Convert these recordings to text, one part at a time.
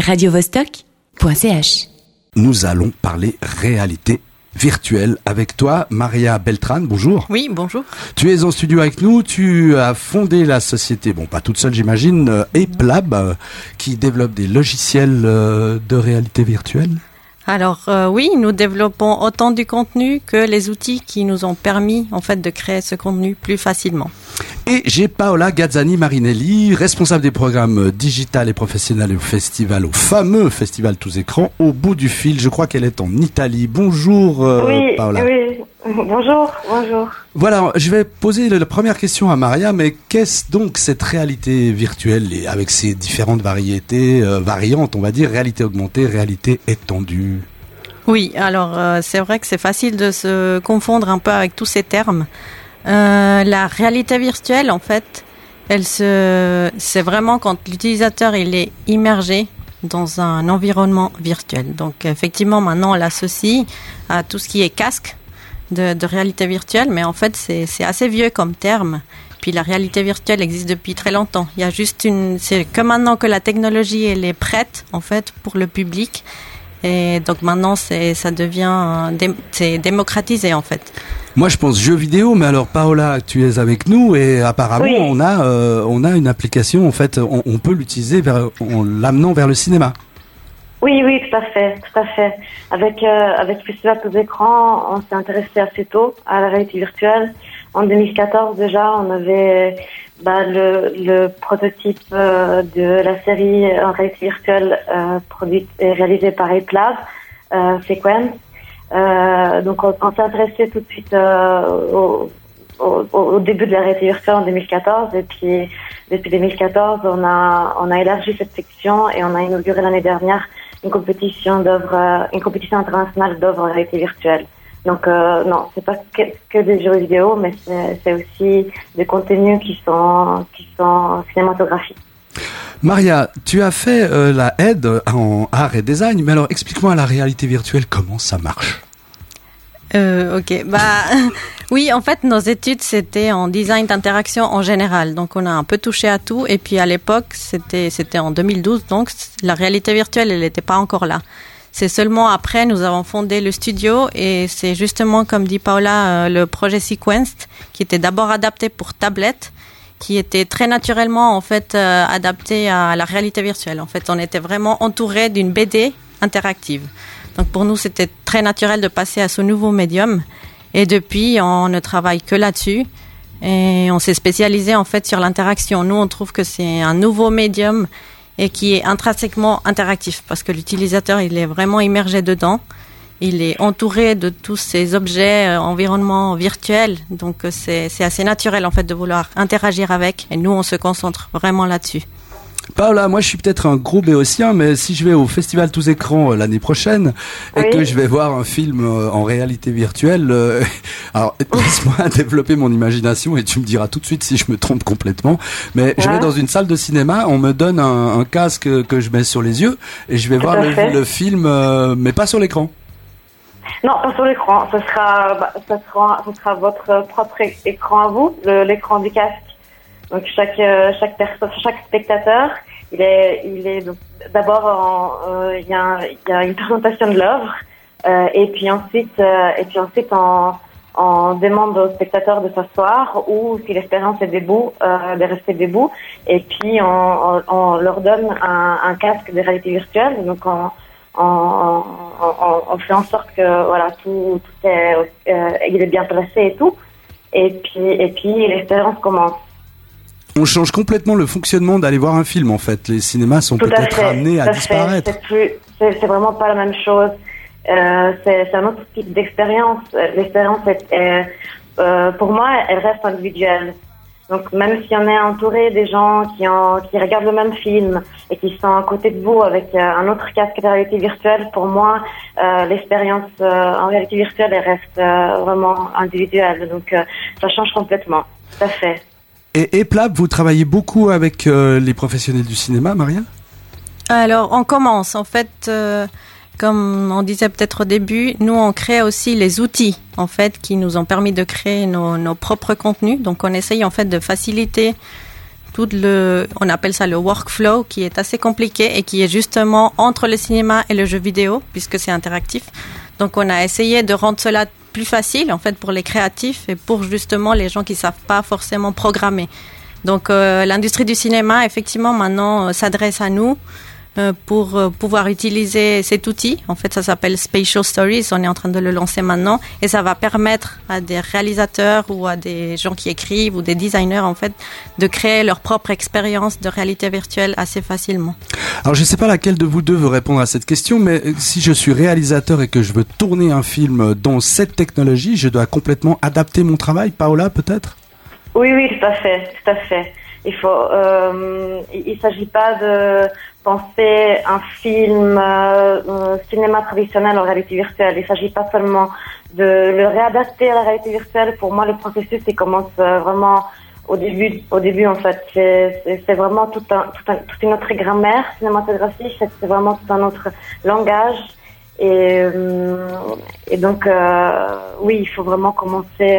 radiovostok.ch. Nous allons parler réalité virtuelle avec toi, Maria Beltran. Bonjour. Oui, bonjour. Tu es en studio avec nous. Tu as fondé la société, bon, pas toute seule j'imagine, Eplab, qui développe des logiciels de réalité virtuelle. Alors oui, nous développons autant du contenu que les outils qui nous ont permis en fait de créer ce contenu plus facilement. Et j'ai Paola Gazzani Marinelli, responsable des programmes digital et professionnels au fameux festival Tous Écrans, au bout du fil. Je crois qu'elle est en Italie. Bonjour Paola. Oui, bonjour. Voilà, je vais poser la première question à Maria, mais qu'est-ce donc cette réalité virtuelle avec ses différentes variantes, on va dire, réalité augmentée, réalité étendue? Oui, alors c'est vrai que c'est facile de se confondre un peu avec tous ces termes. La réalité virtuelle, en fait, c'est vraiment quand l'utilisateur il est immergé dans un environnement virtuel. Donc effectivement, maintenant on l'associe à tout ce qui est casque de réalité virtuelle, mais en fait c'est assez vieux comme terme. Puis la réalité virtuelle existe depuis très longtemps. Il y a juste c'est que maintenant que la technologie elle est prête en fait pour le public. Et donc maintenant, ça devient c'est démocratisé en fait. Moi, je pense jeux vidéo, mais alors Paola, tu es avec nous et apparemment oui. on a une application en fait, on peut l'utiliser en l'amenant vers le cinéma. Oui, tout à fait. Avec Festival Tous Écrans, on s'est intéressé assez tôt à la réalité virtuelle. En 2014 déjà, on avait le prototype de la série en réalité virtuelle produite et réalisée par Eplab, Sequence. Donc on s'est intéressé tout de suite au début de la réalité virtuelle en 2014 et puis depuis 2014 on a élargi cette section et on a inauguré l'année dernière une compétition internationale d'œuvres en réalité virtuelle. Donc non, c'est pas que des jeux vidéo, mais c'est aussi des contenus qui sont cinématographiques. Maria, tu as fait la aide en art et design, mais alors explique-moi la réalité virtuelle, comment ça marche? Ok, oui, en fait, nos études, c'était en design d'interaction en général. Donc, on a un peu touché à tout. Et puis, à l'époque, c'était en 2012. Donc, la réalité virtuelle, elle n'était pas encore là. C'est seulement après, nous avons fondé le studio. Et c'est justement, comme dit Paola, le projet Sequenced, qui était d'abord adapté pour tablette, qui était très naturellement, en fait, adapté à la réalité virtuelle. En fait, on était vraiment entouré d'une BD interactive. Donc pour nous, c'était très naturel de passer à ce nouveau médium. Et depuis, on ne travaille que là-dessus. Et on s'est spécialisé en fait sur l'interaction. Nous, on trouve que c'est un nouveau médium et qui est intrinsèquement interactif parce que l'utilisateur, il est vraiment immergé dedans. Il est entouré de tous ces objets, environnements virtuels. Donc c'est assez naturel en fait de vouloir interagir avec. Et nous, on se concentre vraiment là-dessus. Paola, moi je suis peut-être un gros béotien, mais si je vais au festival Tous Écrans l'année prochaine et que je vais voir un film en réalité virtuelle, alors laisse-moi développer mon imagination et tu me diras tout de suite si je me trompe complètement, mais je vais dans une salle de cinéma, on me donne un casque que je mets sur les yeux et je vais voir le film, mais pas sur l'écran. Non, pas sur l'écran, ce sera votre propre écran à vous, l'écran du casque. Donc chaque spectateur, il est donc d'abord il y a une présentation de l'œuvre et puis ensuite on demande aux spectateurs de s'asseoir ou si l'expérience est debout de rester debout et puis on leur donne un casque de réalité virtuelle. Donc on fait en sorte que voilà tout il est bien placé et tout et puis l'expérience commence. On change complètement le fonctionnement d'aller voir un film, en fait. Les cinémas sont peut-être amenés à disparaître. C'est vraiment pas la même chose. C'est un autre type d'expérience. L'expérience, pour moi, elle reste individuelle. Donc, même si on est entouré des gens qui regardent le même film et qui sont à côté de vous avec un autre casque de réalité virtuelle, pour moi, l'expérience en réalité virtuelle, elle reste vraiment individuelle. Donc, ça change complètement. Tout à fait. Et Eplab, vous travaillez beaucoup avec les professionnels du cinéma, Maria? Alors, on commence. En fait, comme on disait peut-être au début, nous, on crée aussi les outils, en fait, qui nous ont permis de créer nos propres contenus. Donc, on essaye, en fait, de faciliter on appelle ça le workflow, qui est assez compliqué et qui est justement entre le cinéma et le jeu vidéo, puisque c'est interactif. Donc on a essayé de rendre cela plus facile en fait pour les créatifs et pour justement les gens qui savent pas forcément programmer. Donc l'industrie du cinéma effectivement maintenant s'adresse à nous pour pouvoir utiliser cet outil. En fait, ça s'appelle Spatial Stories. On est en train de le lancer maintenant et ça va permettre à des réalisateurs ou à des gens qui écrivent ou des designers en fait de créer leur propre expérience de réalité virtuelle assez facilement. Alors, je ne sais pas laquelle de vous deux veut répondre à cette question, mais si je suis réalisateur et que je veux tourner un film dans cette technologie, je dois complètement adapter mon travail. Paola, peut-être? Oui, tout à fait. Il s'agit pas de penser un film cinéma traditionnel en réalité virtuelle. Il s'agit pas seulement de le réadapter à la réalité virtuelle. Pour moi, le processus il commence vraiment au début en fait. C'est vraiment toute une autre grammaire cinématographique. C'est vraiment tout un autre langage. Et donc oui, il faut vraiment commencer.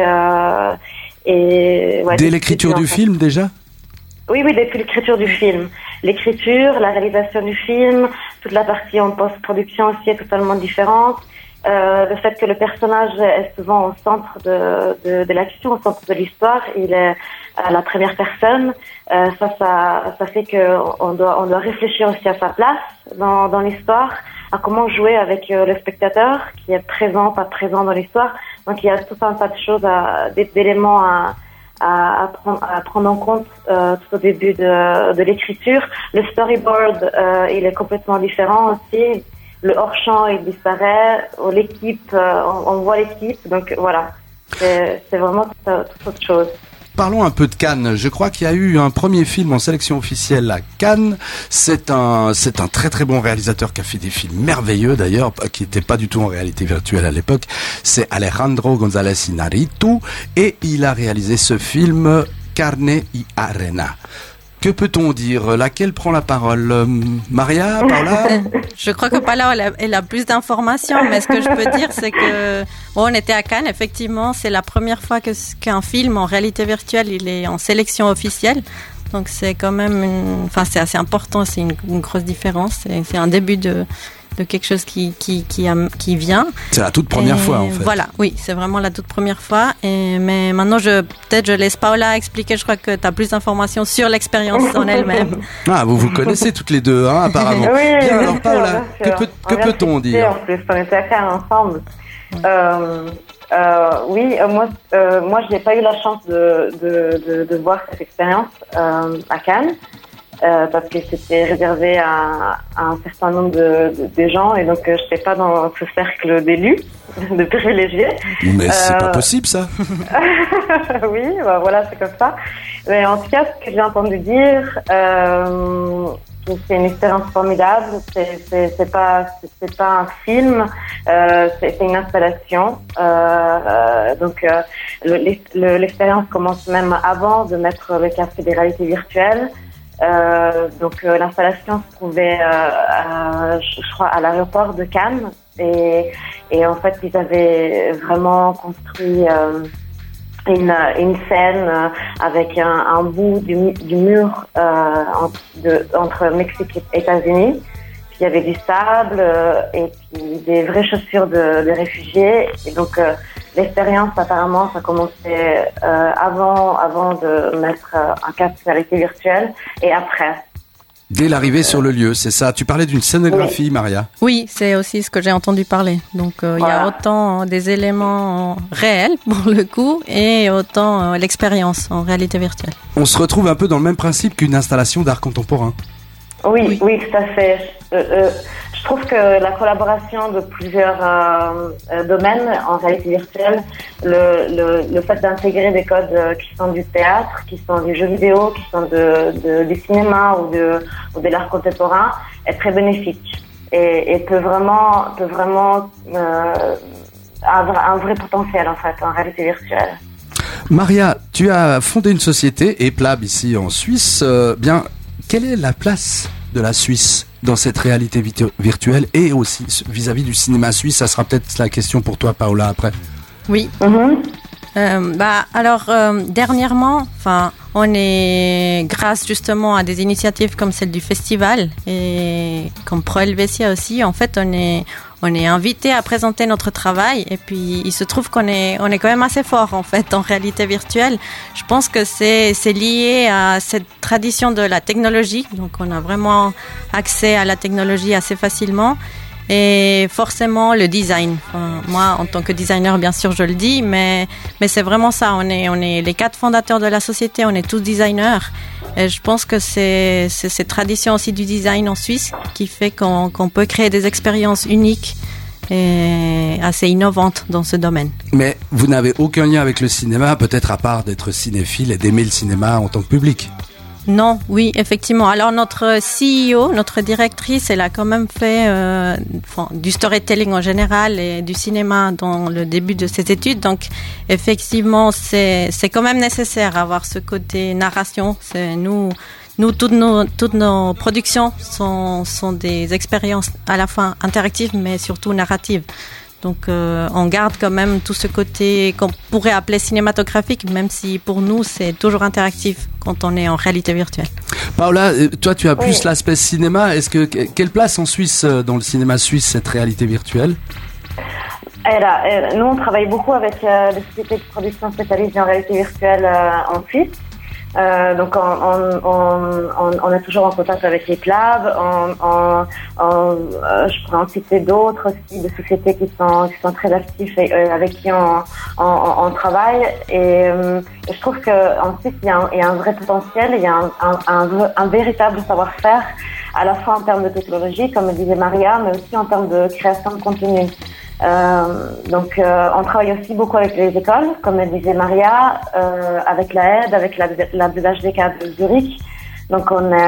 Dès l'écriture du film déjà? Oui, depuis l'écriture du film. L'écriture, la réalisation du film, toute la partie en post-production aussi est totalement différente. Le fait que le personnage est souvent au centre de l'action, au centre de l'histoire, il est à la première personne. Ça fait que on doit réfléchir aussi à sa place dans l'histoire, à comment jouer avec le spectateur qui est présent, pas présent dans l'histoire. Donc il y a tout un tas de choses, d'éléments à prendre en compte tout au début de l'écriture. Le storyboard, il est complètement différent aussi. Le hors-champ, il disparaît. L'équipe, on voit l'équipe. Donc voilà, c'est vraiment toute autre chose. Parlons un peu de Cannes. Je crois qu'il y a eu un premier film en sélection officielle à Cannes. C'est un très très bon réalisateur qui a fait des films merveilleux d'ailleurs, qui n'étaient pas du tout en réalité virtuelle à l'époque. C'est Alejandro González Iñárritu et il a réalisé ce film Carne y Arena. Que peut-on dire? Laquelle prend la parole? Maria, Paola? Je crois que Paola, elle a plus d'informations, mais ce que je peux dire, c'est que on était à Cannes, effectivement, c'est la première fois qu'un film en réalité virtuelle, il est en sélection officielle. Donc c'est quand même c'est assez important, c'est une grosse différence, c'est un début de quelque chose qui vient. C'est la toute première fois en fait. Voilà, oui, c'est vraiment la toute première fois. Mais maintenant, je laisse Paola expliquer. Je crois que tu as plus d'informations sur l'expérience en elle-même. Ah, vous connaissez toutes les deux, hein, apparemment. Oui, bien, alors Paola, que peut-on dire? En plus, on était à Cannes ensemble. Oui, moi, je n'ai pas eu la chance de voir cette expérience à Cannes. Parce que c'était réservé à un certain nombre de gens et donc je n'étais pas dans ce cercle d'élus, de privilégiés. Mais c'est pas possible ça. Oui, voilà, c'est comme ça. Mais en tout cas, ce que j'ai entendu dire, c'est une expérience formidable. C'est pas un film, c'est une installation. Donc l'expérience commence même avant de mettre le casque des réalités virtuelles. Donc l'installation se trouvait je crois à l'aéroport de Cannes et en fait ils avaient vraiment construit une scène avec un bout du mur entre Mexique et États-Unis. Puis il y avait du sable et puis des vraies chaussures de réfugiés et donc l'expérience apparemment ça commençait avant de mettre un casque de réalité virtuelle et après. Dès l'arrivée sur le lieu, c'est ça. Tu parlais d'une scénographie, oui. Maria. Oui, c'est aussi ce que j'ai entendu parler. Donc il y a autant des éléments réels pour le coup et autant l'expérience en réalité virtuelle. On se retrouve un peu dans le même principe qu'une installation d'art contemporain. Oui, tout à fait. Je trouve que la collaboration de plusieurs domaines en réalité virtuelle, le fait d'intégrer des codes qui sont du théâtre, qui sont du jeu vidéo, qui sont du cinéma ou de l'art contemporain, est très bénéfique et peut vraiment avoir un vrai potentiel en fait en réalité virtuelle. Maria, tu as fondé une société, EPLAB ici en Suisse. Quelle est la place de la Suisse dans cette réalité virtuelle et aussi vis-à-vis du cinéma suisse? Ça sera peut-être la question pour toi, Paola, après. Oui. Dernièrement, on est grâce justement à des initiatives comme celle du festival et comme Pro Helvetia aussi. En fait, on est invité à présenter notre travail et puis il se trouve qu'on est quand même assez fort en fait en réalité virtuelle. Je pense que c'est lié à cette tradition de la technologie. Donc, on a vraiment accès à la technologie assez facilement. Et forcément le design. Moi, en tant que designer, bien sûr, je le dis, mais c'est vraiment ça. On est les 4 fondateurs de la société, on est tous designers. Et je pense que c'est cette tradition aussi du design en Suisse qui fait qu'on peut créer des expériences uniques et assez innovantes dans ce domaine. Mais vous n'avez aucun lien avec le cinéma, peut-être à part d'être cinéphile et d'aimer le cinéma en tant que public. Non, oui, effectivement. Alors notre CEO, notre directrice, elle a quand même fait du storytelling en général et du cinéma dans le début de ses études. Donc effectivement, c'est quand même nécessaire d'avoir ce côté narration. C'est nous toutes nos productions sont des expériences à la fois interactives mais surtout narratives. Donc on garde quand même tout ce côté qu'on pourrait appeler cinématographique, même si pour nous c'est toujours interactif quand on est en réalité virtuelle. Paola, toi tu as plus l'aspect cinéma. Quelle place en Suisse, dans le cinéma suisse, cette réalité virtuelle ? Nous on travaille beaucoup avec les sociétés de production spécialisées en réalité virtuelle en Suisse. Donc on est toujours en contact avec les labs. Je pourrais en citer d'autres aussi, des sociétés qui sont très actives et avec qui on travaille. Et je trouve qu'en Suisse il y a un vrai potentiel, il y a un véritable savoir-faire, à la fois en termes de technologie, comme le disait Maria, mais aussi en termes de création de contenu. On travaille aussi beaucoup avec les écoles, comme le disait Maria, avec la aide, avec la de l'HDK de Zurich. Donc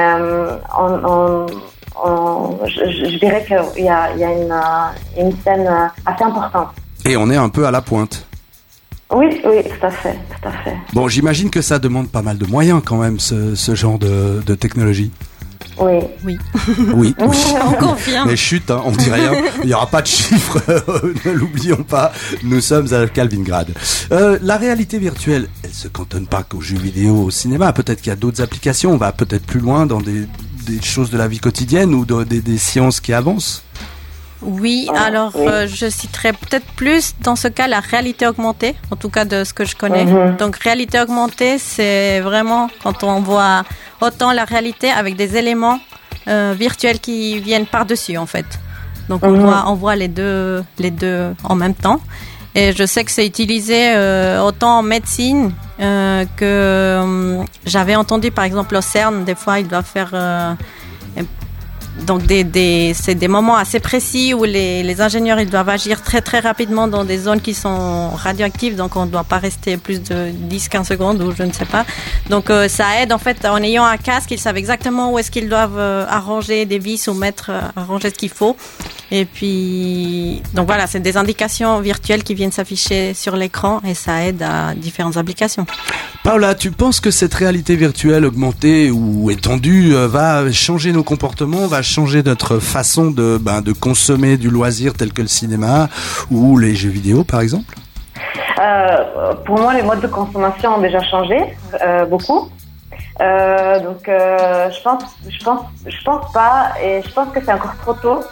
je dirais qu'il y a une scène assez importante. Et on est un peu à la pointe. Oui, tout à fait. Bon, j'imagine que ça demande pas mal de moyens quand même, ce genre de technologie. Oui. On confirme. Mais chut, on dit rien. Il n'y aura pas de chiffres. Ne l'oublions pas. Nous sommes à Kaliningrad. La réalité virtuelle, elle se cantonne pas qu'aux jeux vidéo, au cinéma. Peut-être qu'il y a d'autres applications. On va peut-être plus loin dans des choses de la vie quotidienne ou des sciences qui avancent. Oui, alors je citerai peut-être plus dans ce cas la réalité augmentée, en tout cas de ce que je connais. Donc réalité augmentée, c'est vraiment quand on voit autant la réalité avec des éléments virtuels qui viennent par-dessus en fait. Donc on voit les deux en même temps. Et je sais que c'est utilisé autant en médecine que j'avais entendu par exemple au CERN, des fois ils doivent faire donc c'est des moments assez précis où les ingénieurs ils doivent agir très très rapidement dans des zones qui sont radioactives, donc on ne doit pas rester plus de 10-15 secondes ou je ne sais pas. Donc ça aide en fait, en ayant un casque, ils savent exactement où est-ce qu'ils doivent arranger des vis ou arranger ce qu'il faut. Et puis donc voilà, c'est des indications virtuelles qui viennent s'afficher sur l'écran et ça aide à différentes applications. Paola, tu penses que cette réalité virtuelle augmentée ou étendue va changer nos comportements, va changer notre façon de consommer du loisir tel que le cinéma ou les jeux vidéo par exemple ? Pour moi, les modes de consommation ont déjà changé beaucoup. Je pense pas, et je pense que c'est encore trop tôt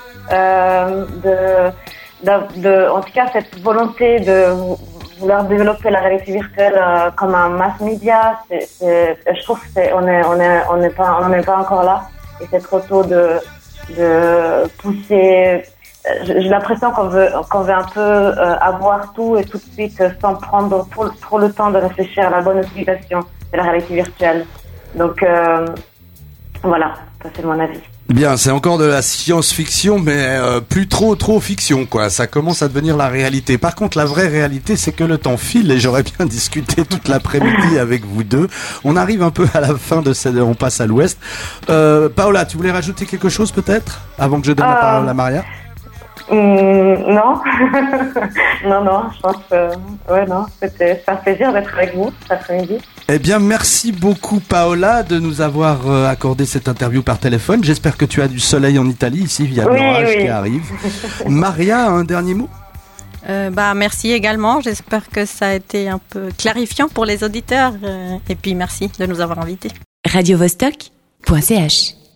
en tout cas cette volonté de vouloir développer la réalité virtuelle comme un mass media. Je trouve que on n'en est pas encore là, et c'est trop tôt de pousser. J'ai l'impression qu'on veut un peu avoir tout et tout de suite sans prendre trop le temps de réfléchir à la bonne utilisation de la réalité virtuelle. Donc voilà, ça c'est mon avis. Bien, c'est encore de la science-fiction, mais plus trop fiction, quoi. Ça commence à devenir la réalité. Par contre, la vraie réalité, c'est que le temps file et j'aurais bien discuté toute l'après-midi avec vous deux. On arrive un peu à la fin on passe à l'ouest. Paola, tu voulais rajouter quelque chose peut-être avant que je donne la parole à Maria ? Non. Non, je pense que non, c'était un plaisir d'être avec vous cet après-midi. Eh bien, merci beaucoup Paola de nous avoir accordé cette interview par téléphone. J'espère que tu as du soleil en Italie. Ici, il y a de l'orage qui arrive. Maria, un dernier mot ? Merci également. J'espère que ça a été un peu clarifiant pour les auditeurs. Et puis merci de nous avoir invités. radiovostok.ch